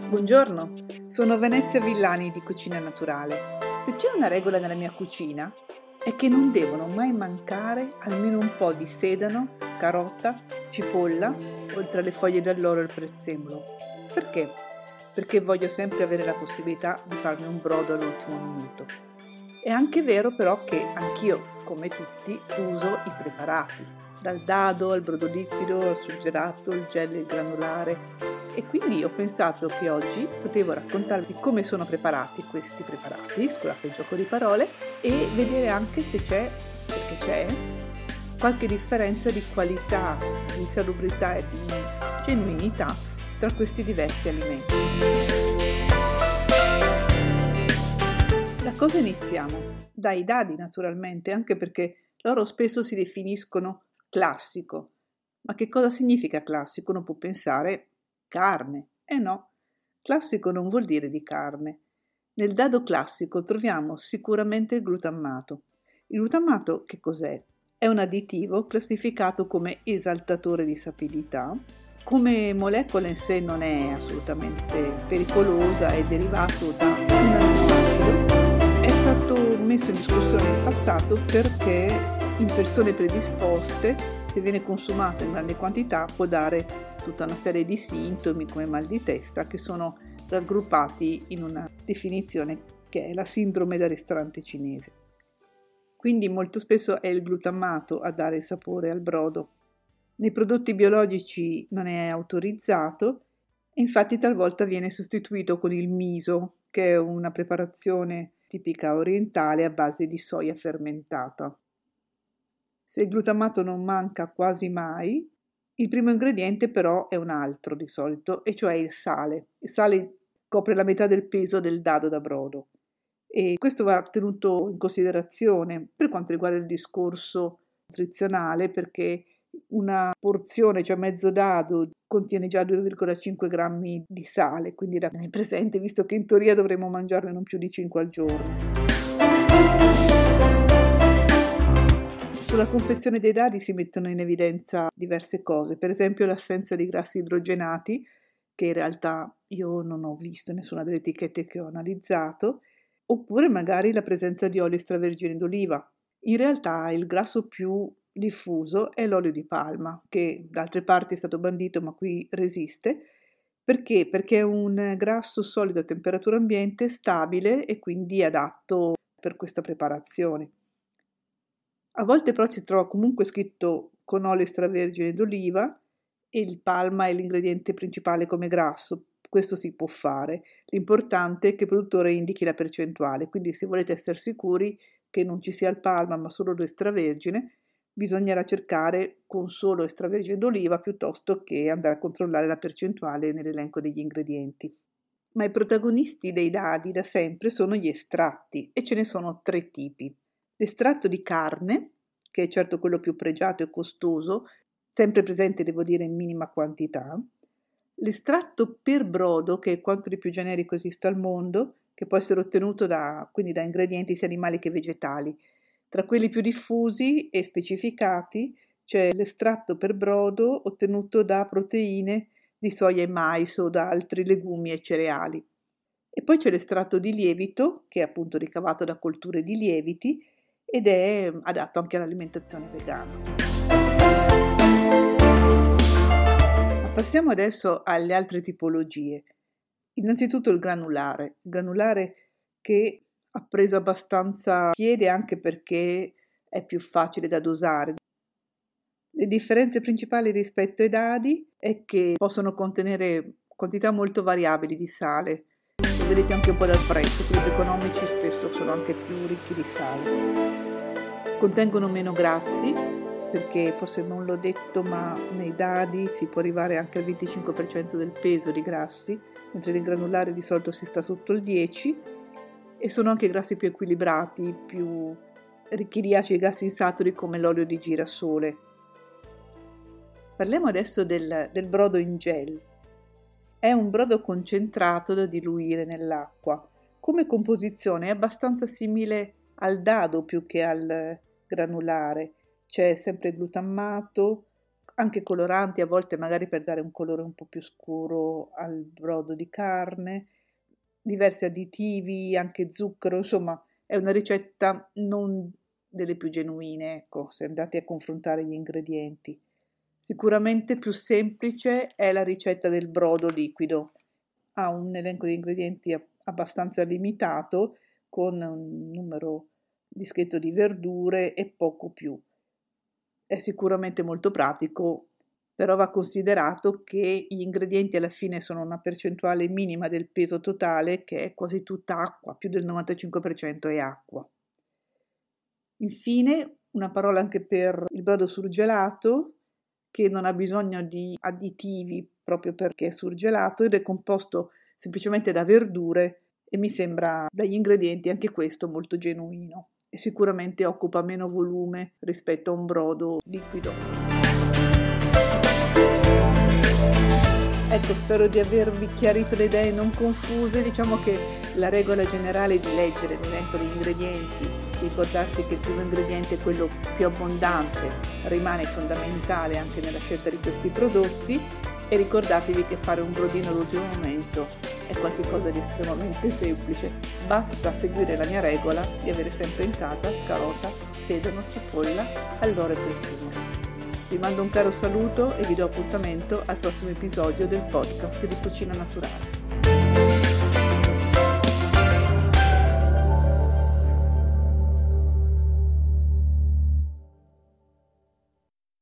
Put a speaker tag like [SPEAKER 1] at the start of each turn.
[SPEAKER 1] Buongiorno, sono Venezia Villani di Cucina Naturale. Se c'è una regola nella mia cucina è che non devono mai mancare almeno un po' di sedano, carota, cipolla, oltre alle foglie d'alloro e il prezzemolo. Perché? Perché voglio sempre avere la possibilità di farmi un brodo all'ultimo minuto. È anche vero però che anch'io, come tutti, uso i preparati, dal dado al brodo liquido, al surgelato, il gel e il granulare. E quindi ho pensato che oggi potevo raccontarvi come sono preparati questi preparati, scusate il gioco di parole, e vedere anche se c'è, perché c'è, qualche differenza di qualità, di salubrità e di genuinità tra questi diversi alimenti. Da cosa iniziamo? Dai dadi naturalmente, anche perché loro spesso si definiscono classico. Ma che cosa significa classico? Uno può pensare carne. No, classico non vuol dire di carne. Nel dado classico troviamo sicuramente il glutammato. Il glutammato che cos'è? È un additivo classificato come esaltatore di sapidità. Come molecola in sé non è assolutamente pericolosa, è derivato da un aminoacido. È stato messo in discussione in passato perché in persone predisposte, se viene consumato in grandi quantità, può dare tutta una serie di sintomi come mal di testa che sono raggruppati in una definizione che è la sindrome da ristorante cinese. Quindi molto spesso è il glutammato a dare il sapore al brodo. Nei prodotti biologici non è autorizzato, infatti talvolta viene sostituito con il miso, che è una preparazione tipica orientale a base di soia fermentata. Se il glutamato non manca quasi mai, il primo ingrediente però è un altro di solito, e cioè il sale. Il sale copre la metà del peso del dado da brodo e questo va tenuto in considerazione per quanto riguarda il discorso nutrizionale, perché una porzione, cioè mezzo dado, contiene già 2,5 grammi di sale, quindi da tenere presente, visto che in teoria dovremmo mangiarne non più di 5 al giorno. Sulla confezione dei dadi si mettono in evidenza diverse cose, per esempio l'assenza di grassi idrogenati, che in realtà io non ho visto in nessuna delle etichette che ho analizzato, oppure magari la presenza di olio extravergine d'oliva. In realtà il grasso più diffuso è l'olio di palma, che da altre parti è stato bandito ma qui resiste. Perché? Perché è un grasso solido a temperatura ambiente, stabile e quindi adatto per questa preparazione. A volte però si trova comunque scritto con olio extravergine d'oliva e il palma è l'ingrediente principale come grasso. Questo si può fare. L'importante è che il produttore indichi la percentuale, quindi se volete essere sicuri che non ci sia il palma ma solo l'extravergine, bisognerà cercare con solo extravergine d'oliva piuttosto che andare a controllare la percentuale nell'elenco degli ingredienti. Ma i protagonisti dei dadi da sempre sono gli estratti e ce ne sono 3 tipi. L'estratto di carne, che è certo quello più pregiato e costoso, sempre presente devo dire in minima quantità. L'estratto per brodo, che è quanto di più generico esiste al mondo, che può essere ottenuto quindi da ingredienti sia animali che vegetali. Tra quelli più diffusi e specificati c'è l'estratto per brodo ottenuto da proteine di soia e mais o da altri legumi e cereali. E poi c'è l'estratto di lievito, che è appunto ricavato da colture di lieviti ed è adatto anche all'alimentazione vegana. Ma passiamo adesso alle altre tipologie. Innanzitutto il granulare che ha preso abbastanza piede anche perché è più facile da dosare. Le differenze principali rispetto ai dadi è che possono contenere quantità molto variabili di sale. Lo vedete anche un po' dal prezzo, quelli più economici spesso sono anche più ricchi di sale. Contengono meno grassi, perché forse non l'ho detto, ma nei dadi si può arrivare anche al 25% del peso di grassi, mentre nel granulare di solito si sta sotto il 10%, e sono anche grassi più equilibrati, più ricchi di acidi grassi insaturi come l'olio di girasole. Parliamo adesso del brodo in gel. È un brodo concentrato da diluire nell'acqua. Come composizione è abbastanza simile al dado più che al granulare. C'è sempre glutammato, anche coloranti, a volte magari per dare un colore un po' più scuro al brodo di carne, diversi additivi, anche zucchero, insomma è una ricetta non delle più genuine, ecco, se andate a confrontare gli ingredienti. Sicuramente più semplice è la ricetta del brodo liquido, ha un elenco di ingredienti abbastanza limitato, con un numero dischetto di verdure e poco più. È sicuramente molto pratico, però va considerato che gli ingredienti alla fine sono una percentuale minima del peso totale, che è quasi tutta acqua, più del 95% è acqua. Infine, una parola anche per il brodo surgelato, che non ha bisogno di additivi proprio perché è surgelato ed è composto semplicemente da verdure e mi sembra dagli ingredienti anche questo molto genuino e sicuramente occupa meno volume rispetto a un brodo liquido. Ecco, spero di avervi chiarito le idee non confuse. Diciamo che la regola generale è di leggere l'elenco degli ingredienti, ricordarsi che il primo ingrediente è quello più abbondante, rimane fondamentale anche nella scelta di questi prodotti, e ricordatevi che fare un brodino all'ultimo momento è qualcosa di estremamente semplice. Basta seguire la mia regola di avere sempre in casa carota, sedano, cipolla, alloro e prezzemolo. Vi mando un caro saluto e vi do appuntamento al prossimo episodio del podcast di Cucina Naturale.